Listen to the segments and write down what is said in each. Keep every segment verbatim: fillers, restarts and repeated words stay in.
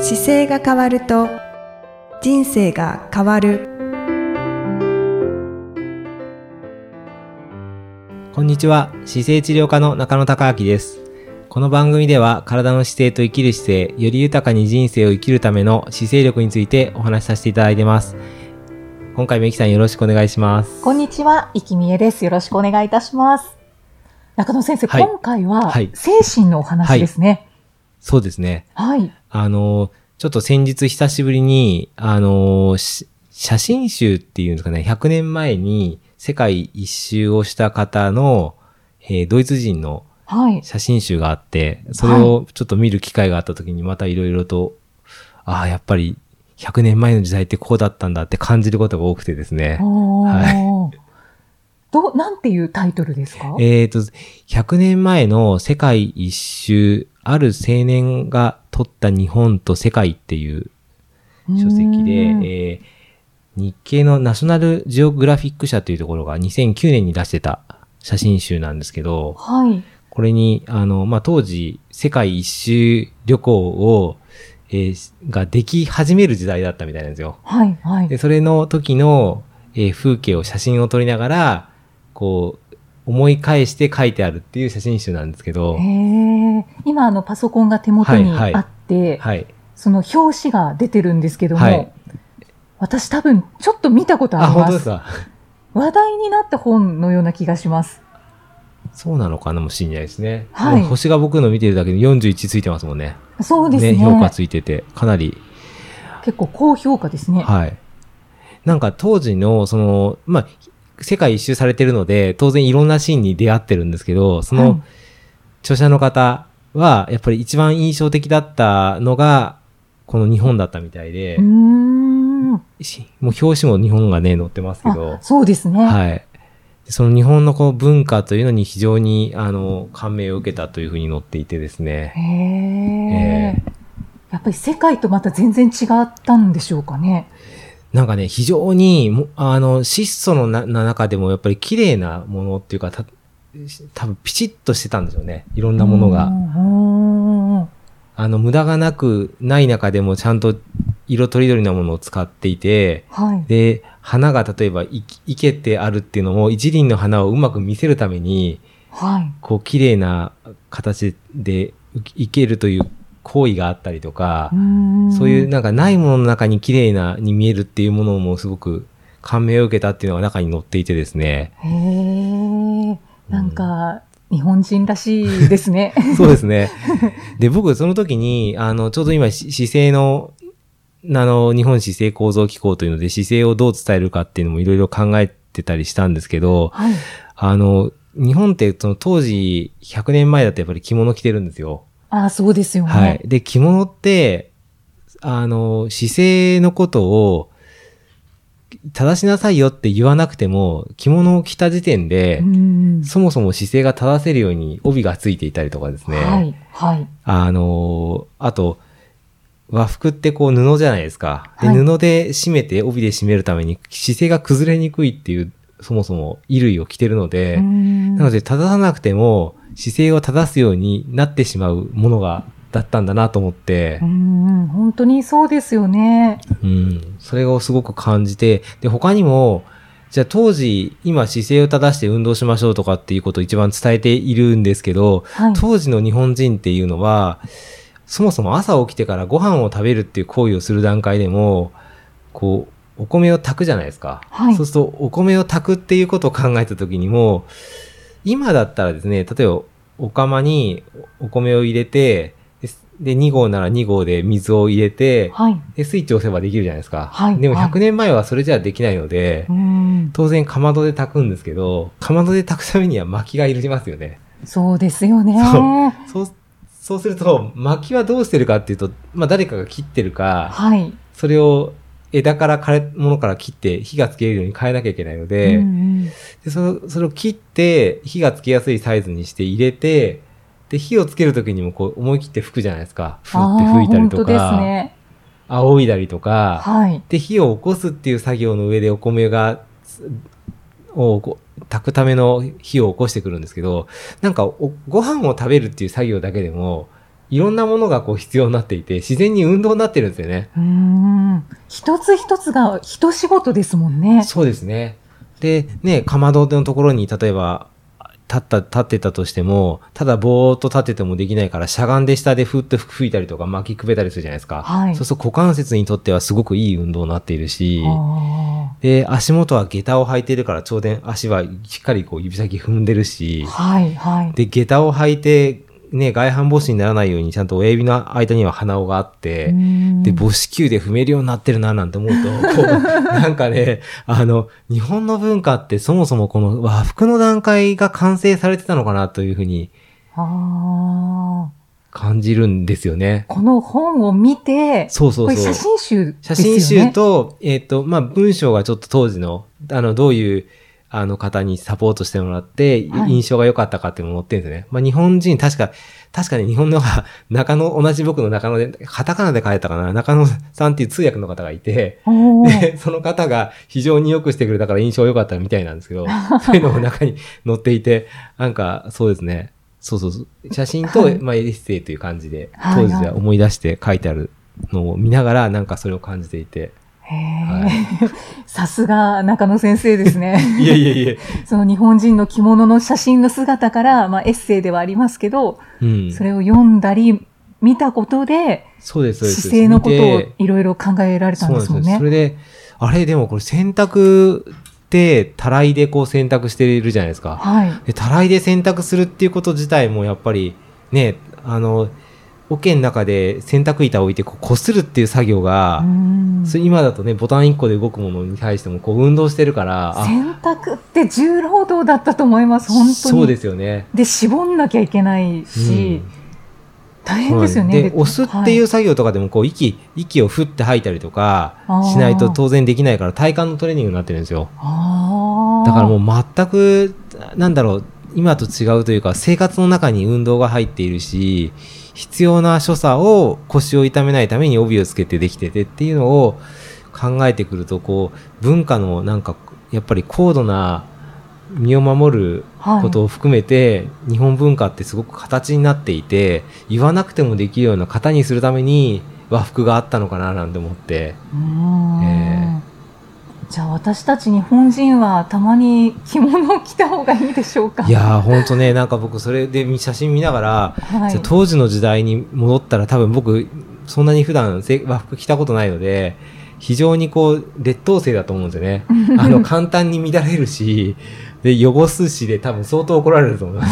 姿勢が変わると人生が変わる。 こんにちは。姿勢治療科の中野孝明です。この番組では体の姿勢と生きる姿勢、より豊かに人生を生きるための姿勢力についてお話しさせていただいてます。今回もいきさんよろしくお願いします。 こんにちは、いきみえです。よろしくお願いいたします。中野先生、はい、今回は精神のお話ですね。はいはい、 そうですね。 はい。 あの、ちょっと先日久しぶりに、あの、写真集っていうんですかね、ひゃくねんまえに世界一周をした方の、えー、ドイツ人の写真集があって、はい、それをちょっと見る機会があった時にまたいろいろと、ああ、やっぱりひゃくねんまえの時代ってこうだったんだって感じることが多くてですね。 はい。ど、なんていうタイトルですか？ えっと、ひゃくねんまえの世界一周、ある青年が撮った日本と世界っていう書籍で、えー、日経のナショナルジオグラフィック社というところがにせんきゅうねんに出してた写真集なんですけど、 はい。 これに、あの、まあ、当時、世界一周旅行を、えー、ができ始める時代だったみたいなんですよ。 はい、はい。 で、それの時の、えー、風景を写真を撮りながら、こう、思い返して書いてあるっていう写真集なんですけど。 へー。今、あの、パソコンが手元にあって、はいはいはい、その表紙が出てるんですけども、はい、私多分、ちょっと見たことあります。 あ、本当ですか。 話題になった本のような気がします。 そうなのかなもしれないですね。 はい。 星が僕の見てるだけでよんじゅういちついてますもんね。 そうですね。 ね、評価ついてて、かなり。 結構高評価ですね。 はい。なんか当時の、その、まあ、世界一周されてるので、当然いろんなシーンに出会ってるんですけど、その著者の方は、やっぱり一番印象的だったのが、この日本だったみたいで、 うーん、もう表紙も日本がね、載ってますけど、 そうですね。 はい。その日本のこの文化というのに非常に、あの、感銘を受けたというふうに載っていてですね。 へー。えー、やっぱり世界とまた全然違ったんでしょうかね。 なんかね、非常に、あの、質素のな中でもやっぱり綺麗なものっていうか、た多分ピチッとしてたんですよね。いろんなものが。あの、無駄がなくない中でもちゃんと色とりどりなものを使っていて、 はい、 で、花が例えばい生けてあるっていうのも一輪の花をうまく見せるために、 はい、 こう綺麗な形で生けるという行為があったりとか、そういうなんかないものの中に綺麗なに見えるっていうものもすごく感銘を受けたっていうのが中に載っていてですね。 へー。なんか、うん、日本人らしいですね。 そうですね。で、僕その時に、あの、ちょうど今姿勢の、あの、日本姿勢構造機構というので姿勢をどう伝えるかっていうのもいろいろ考えてたりしたんですけど、 はい、あの、日本ってその当時ひゃくねんまえだとやっぱり着物着てるんですよ。 ああ、そうですよね。 はい。で、着物って、あの、姿勢のことを正しなさいよって言わなくても、着物を着た時点で、そもそも姿勢が正せるように帯がついていたりとかですね。 はい、はい。 あの、あと、和服ってこう布じゃないですか。で、 はい、 布で締めて、帯で締めるために姿勢が崩れにくいっていう、そもそも衣類を着てるので、なので正さなくても、姿勢を正すようになってしまうものがだったんだなと思って、 うん、本当にそうですよね。 うん、それをすごく感じて、で他にもじゃあ当時今姿勢を正して運動しましょうとかっていうことを一番伝えているんですけど、はい、当時の日本人っていうのはそもそも朝起きてからご飯を食べるっていう行為をする段階でもこうお米を炊くじゃないですか、はい、そうするとお米を炊くっていうことを考えた時にも今だったらですね、例えばお釜にお米を入れて、で、に合ならに合で水を入れて、はい、で、スイッチを押せばできるじゃないですか。はい、でもひゃくねんまえはそれじゃできないので、はい、当然かまどで炊くんですけど、かまどで炊くためには薪がいりますよね。 そうですよね。 そう、そう、そうすると、薪はどうしてるかっていうと、まあ誰かが切ってるか、 はい、 それを枝から枯れものから切って火がつけるように変えなきゃいけないので、うんうん、で そ, それを切って火がつきやすいサイズにして入れて、で火をつけるときにもこう思い切って吹くじゃないですか。ふって吹いたりとか、本当ですね、仰いだりとか、はい、で火を起こすっていう作業の上でお米がを炊くための火を起こしてくるんですけど、なんかおご飯を食べるっていう作業だけでもいろんなものがこう必要になっていて、自然に運動になってるんですよね。 うーん。一つ一つが一仕事ですもんね。 そうですね。で、ね、かまどのところに例えば、立った、立ってたとしても、ただぼーっと立っててもできないから、しゃがんで下でふっと吹いたりとか巻きくべたりするじゃないですか。はい。そうすると股関節にとってはすごくいい運動になっているし、で、足元は下駄を履いているから、ちょうど足はしっかりこう指先踏んでるし、はい、はい。で、下駄を履いて、ね、外反母趾にならないようにちゃんと親指の間には鼻緒があって、で、母子球で踏めるようになってるななんて思うと、こう、なんかね、あの、日本の文化ってそもそもこの和服の段階が完成されてたのかなというふうに感じるんですよね。 この本を見て、そうそうそう。これ写真集ですよね。 写真集と、えっと、まあ、文章がちょっと当時の、あの、どういう、あの方にサポートしてもらって、印象が良かったかっていうのを載ってるんですね。はい、まあ日本人、確か、確かに日本のは、中野、同じ僕の中野で、カタカナで書いたかな、中野さんっていう通訳の方がいて、で、その方が非常によくしてくれたから印象良かったみたいなんですけど、そういうのも中に載っていて、なんか、そうですね。そうそうそう。写真と、はい、まあエッセイという感じで、当時は思い出して書いてあるのを見ながら、なんかそれを感じていて、 はい、さすが中野先生ですね。 いえいえいえ。 その日本人の着物の写真の姿から、まあ、エッセイではありますけど、うん、それを読んだり見たことで、そうですそうです。姿勢のことをいろいろ考えられたんですもんね。 それで、あれでもこれ洗濯ってたらいでこう洗濯しているじゃないですか。はい。でたらいで洗濯するっていうこと自体もやっぱりね、あの。桶の中で洗濯板を置いてこう擦るっていう作業が、それ今だとねボタンいっこで動くものに対してもこう運動してるから、 洗濯って重労働だったと思います本当に。 そうですよね。 で絞んなきゃいけないし、うん、大変ですよね。 で押すっていう作業とかでもこう息息を振って吐いたりとかしないと当然できないから体幹のトレーニングになってるんですよ。だからもう全くなんだろう今と違うというか生活の中に運動が入っているし。必要な所作を腰を痛めないために帯をつけてできててっていうのを考えてくるとこう文化のなんかやっぱり高度な身を守ることを含めて、はい、日本文化ってすごく形になっていて言わなくてもできるような型にするために和服があったのかななんて思って、うーん、えーじゃあ私たち日本人はたまに着物を着た方がいいでしょうか。 いやー本当ねなんか僕それで写真見ながら、はい、じゃ当時の時代に戻ったら多分僕そんなに普段和服着たことないので非常にこう劣等生だと思うんですよね。あの簡単に乱れるしで汚すしで多分相当怒られると思います。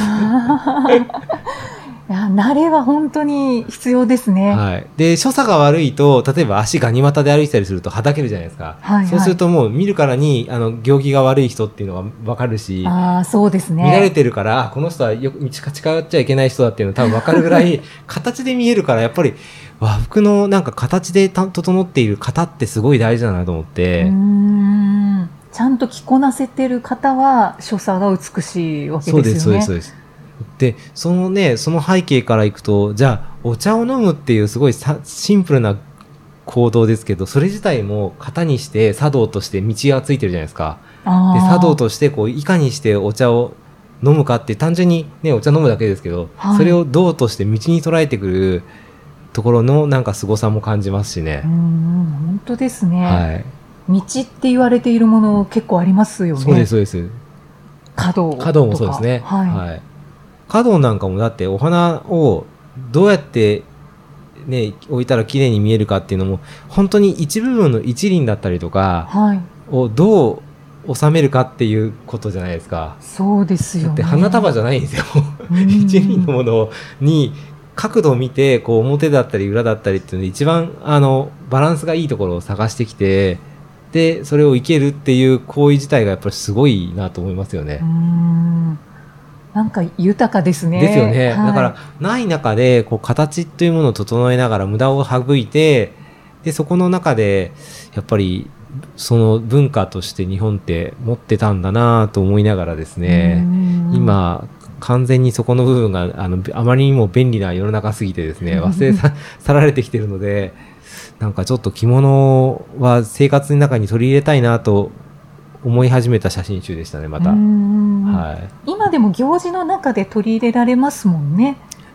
いや慣れは本当に必要ですね。 はい。で所作が悪いと例えば足ガニ股で歩いてたりするとはだけるじゃないですか。はいはい、そうするともう見るからにあの行儀が悪い人っていうのが分かるし、 あそうですね。 見られてるからこの人はよく道近寄っちゃいけない人だっていうの多分分かるぐらい形で見えるからやっぱり和服のなんか形で整っている型ってすごい大事だなと思って。うーんちゃんと着こなせてる方は所作が美しいわけですよね。そうですそうですそうです。 でそのねその背景からいくとじゃあお茶を飲むっていうすごいさシンプルな行動ですけどそれ自体も型にして茶道として道がついてるじゃないですか。で茶道としてこういかにしてお茶を飲むかって単純にねお茶飲むだけですけど、はい、それを道として道に捉えてくるところのなんか凄さも感じますしね。 うん本当ですね、はい、道って言われているもの結構ありますよね。 そうですそうです。 華道華道もそうですね。はい、はい華道なんかもだってお花をどうやってね置いたら綺麗に見えるかっていうのも本当に一部分の一輪だったりとかをどう収めるかっていうことじゃないですか。 そうですよね。 だって花束じゃないんですよ。一輪のものに角度を見てこう表だったり裏だったりっていうので一番あのバランスがいいところを探してきてでそれを生けるっていう行為自体がやっぱりすごいなと思いますよね。 うーんなんか豊かですね。 ですよね。はい、だからない中でこう形というものを整えながら無駄を省いてでそこの中でやっぱりその文化として日本って持ってたんだなと思いながらですね今完全にそこの部分があのあまりにも便利な世の中すぎてですね忘れさ去られてきてるのでなんかちょっと着物は生活の中に取り入れたいなと思い始めた写真集でしたねまた。はい、 今でも行事の中で取り入れられますもんね。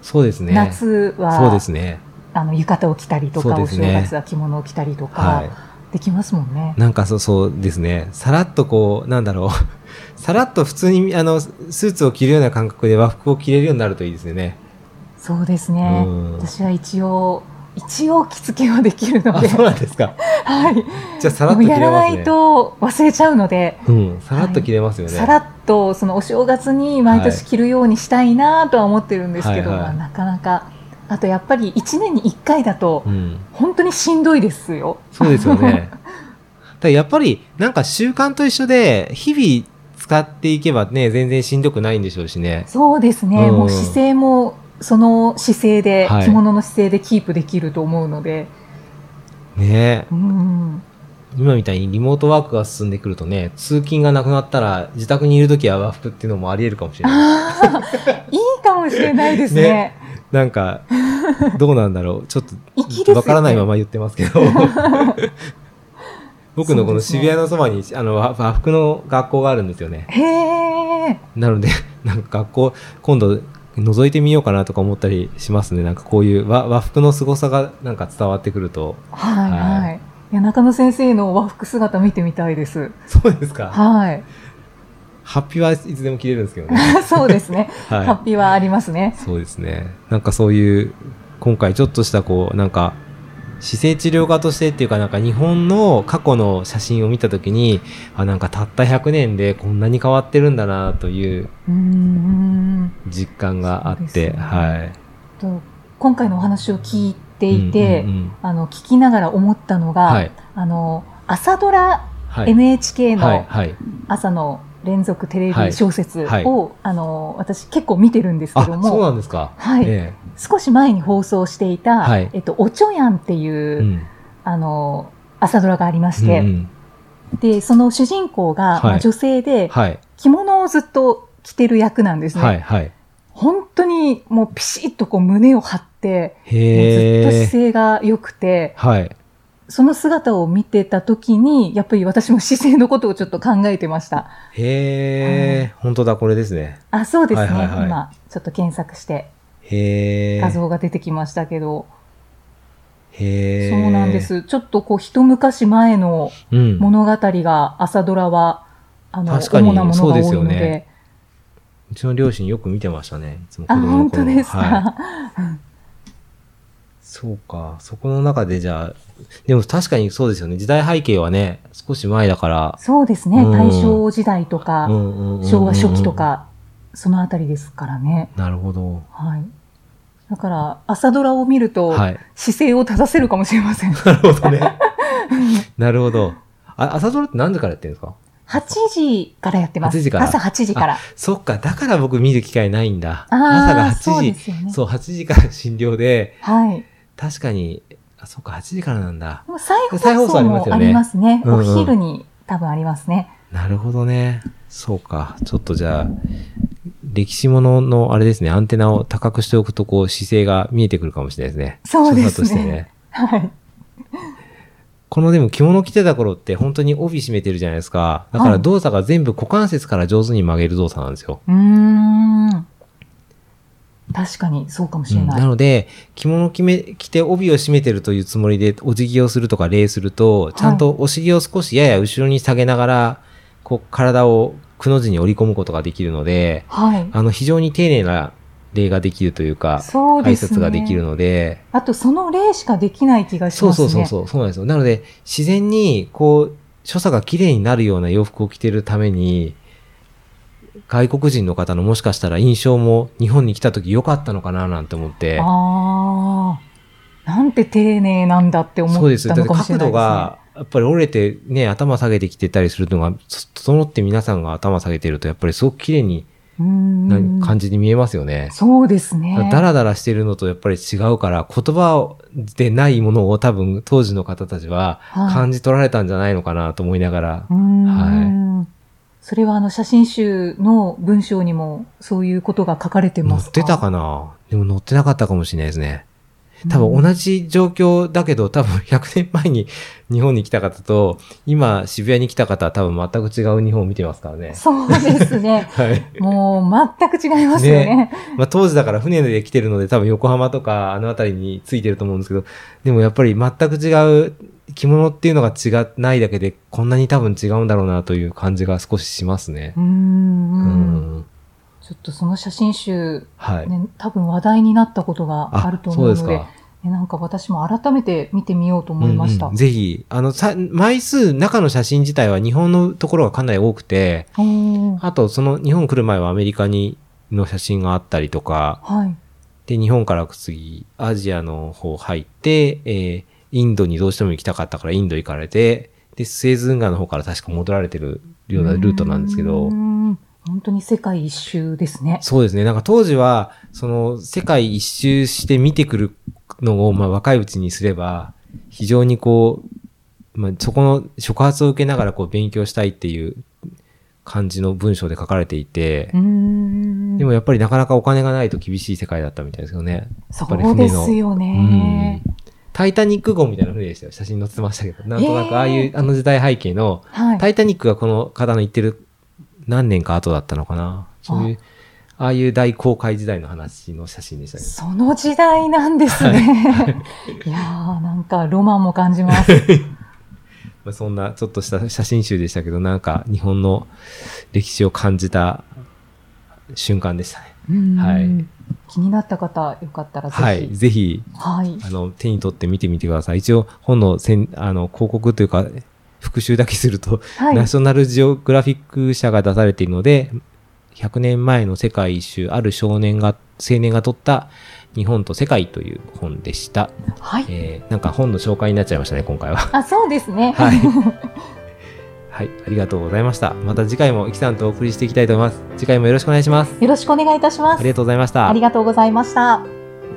そうですね。 夏は、 そうですね。 あの、浴衣を着たりとか、ね、お正月は着物を着たりとか、はい、できますもんね。 なんかそう、そうですね。さらっとこう、なんだろう。さらっと普通に、あの、スーツを着るような感覚で和服を着れるようになるといいですよね。 そうですね。私は一応、一応着付けはできるので。 あ、そうなんですか。 はい。 じゃあさらっと着れますね。 やらないと忘れちゃうので。 うん。さらっと着れますよね。 はい、さらっと、そのお正月に毎年着るようにしたいなとは思ってるんですけど、はいはいはい、まあ、なかなか。あとやっぱりいちねんにいっかいだと、本当にしんどいですよ。 うん、そうですよね。だやっぱりなんか習慣と一緒で、日々使っていけばね、全然しんどくないんでしょうしね。 そうですね。うん、もう姿勢も、その姿勢で、はい、着物の姿勢でキープできると思うので。 ねえ、 うん、 今みたいにリモートワークが進んでくるとね、通勤がなくなったら自宅にいるときは和服っていうのもあり得るかもしれない。 いいかもしれないですね。ね、 なんかどうなんだろう、ちょっとわからないまま言ってますけど。僕のこの渋谷のそばに、ね、あの和服の学校があるんですよね。 へー。 なのでなんか学校今度覗いてみようかなとか思ったりしますね。なんかこういう和、和服の凄さがなんか伝わってくると。 はいはい。はい、いや中野先生の和服姿見てみたいです。 そうですか。 はい。 ハッピーはいつでも着れるんですけどね。 そうですね。はい、ハッピーはありますね。 そうですね。なんかそういう今回ちょっとしたこうなんか姿勢治療家としてっていうかなんか日本の過去の写真を見たときに、あ、なんかたったひゃくねんでこんなに変わってるんだなという実感があって、ね、はい。 と今回のお話を聞いていて、うんうんうん、あの聞きながら思ったのが、はい、あの朝ドラ、はい、エヌエイチケー の朝の連続テレビ小説を、はいはい、あの私結構見てるんですけども、 あ、そうなんですか。 はい。ええ、少し前に放送していた、はい、えっと、おちょやんっていう、うん、あの、朝ドラがありまして、うんうん、で、その主人公が、はい、まあ、女性で、はい、着物をずっと着てる役なんですね。はいはい、本当にもうピシッとこう胸を張って、へずっと姿勢が良くて、はい、その姿を見てた時に、やっぱり私も姿勢のことをちょっと考えてました。 へー、はい、本当だ、これですね。 あ、そうですね。はいはいはい、今、ちょっと検索して。へー、画像が出てきましたけど。へー、そうなんです。ちょっとこう一昔前の物語が朝ドラは、うん、あの主なものが多いので。そうですよね。 うちの両親よく見てましたね。いつも子供の頃。あ、本当ですか。はい、 そうか。そこの中でじゃあ、でも確かにそうですよね。時代背景はね、少し前だから。 そうですね。うん、大正時代とか、昭和初期とか、そのあたりですからね。 なるほど。 はい。だから、朝ドラを見ると、はい、姿勢を正せるかもしれません。 なるほどね。なるほど。あ、朝ドラって何時からやってるんですか？ はちじからやってます。 はちじから。 朝はちじから。 そっか。だから僕見る機会ないんだ。朝がはちじ。そうですよね。そう、はちじから診療で。はい。確かに、あ、そっか、はちじからなんだ。 再放送もありますね。お昼に多分ありますね。 なるほどね。そうか。ちょっとじゃあ、歴史もののあれですね、アンテナを高くしておくと、こう、姿勢が見えてくるかもしれないですね。 そうですね。としてね。はい。 このでも着物着てた頃って本当に帯締めてるじゃないですか。だから動作が全部股関節から上手に曲げる動作なんですよ。 うーん。確かにそうかもしれない。 うん、なので、着物着め着て帯を締めてるというつもりでお辞儀をするとか礼すると、ちゃんとお尻を少しやや後ろに下げながら、こう体をくの字に織り込むことができるので、はい、あの非常に丁寧な礼ができるというか、そうですね、挨拶ができるので。 あとその礼しかできない気がしますね。 そうそうそうそう、そうなんですよ。なので、自然にこう、所作が綺麗になるような洋服を着てるために、外国人の方のもしかしたら印象も日本に来た時良かったのかななんて思って。 ああ、なんて丁寧なんだって思ったのかもしれないですね。そうです。だって角度がやっぱり折れてね、頭下げてきてたりするのが、整って皆さんが頭下げてるとやっぱりすごく綺麗にな感じに見えますよね。 そうですね。 ダラダラしてるのとやっぱり違うから、言葉でないものを多分当時の方たちは感じ取られたんじゃないのかなと思いながら。はい。はい、 それはあの写真集の文章にもそういうことが書かれてますか？ 載ってたかな？でも載ってなかったかもしれないですね。 多分同じ状況だけど、多分ひゃくねんまえに日本に来た方と、今渋谷に来た方は多分全く違う日本を見てますからね。 そうですね。はい、もう全く違いますよね。ね、 まあ、当時だから船で来てるので多分横浜とかあの辺りについてると思うんですけど、でもやっぱり全く違う着物っていうのが違わないだけでこんなに多分違うんだろうなという感じが少ししますね。 うーんうんちょっとその写真集、ね、はい、多分話題になったことがあると思うので、ね、なんか私も改めて見てみようと思いました。 うんうん、ぜひ、あの、さ、枚数、中の写真自体は日本のところがかなり多くて、あと、その日本来る前はアメリカにの写真があったりとか、はい、で、日本から次、アジアの方入って、えー、インドにどうしても行きたかったからインド行かれて、で、スエズ運河の方から確か戻られてるようなルートなんですけど、 本当に世界一周ですね。 そうですね。なんか当時は、その世界一周して見てくるのを、まあ若いうちにすれば、非常にこう、まあそこの触発を受けながらこう勉強したいっていう感じの文章で書かれていて、うーんでもやっぱりなかなかお金がないと厳しい世界だったみたいですよね。 そうですよね。 タイタニック号みたいな船でしたよ。写真載ってましたけど。なんとなくああいう、あの時代背景の、はい、タイタニックがこの方の言ってる何年か後だったのかな。そういう、ああいう大航海時代の話の写真でしたね。 その時代なんですね。はい、いやー、なんかロマンも感じます。 まあそんなちょっとした写真集でしたけど、なんか日本の歴史を感じた瞬間でしたね。 うんはい。気になった方、よかったらぜひ。 はい、ぜひ、はい、あの手に取って見てみてください。一応本のせんあの広告というか復習だけすると、はい、ナショナルジオグラフィック社が出されているので、ひゃくねんまえの世界一周、ある少年が青年が撮った日本と世界という本でした。はい。えー、なんか本の紹介になっちゃいましたね今回は。 あ、そうですね。 はい。はい、ありがとうございました。また次回もイキさんとお送りしていきたいと思います。次回もよろしくお願いします。 よろしくお願いいたします。 ありがとうございました。 ありがとうございました。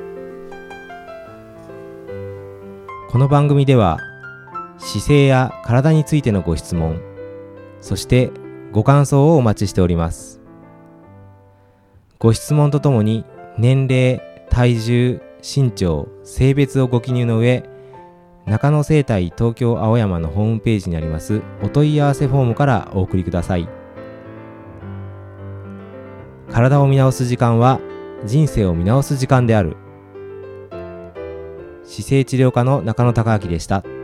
この番組では姿勢や体についてのご質問、そしてご感想をお待ちしております。ご質問とともに年齢、体重、身長、性別をご記入の上、中野生態東京青山のホームページにありますお問い合わせフォームからお送りください。体を見直す時間は人生を見直す時間である。姿勢治療科の中野孝明でした。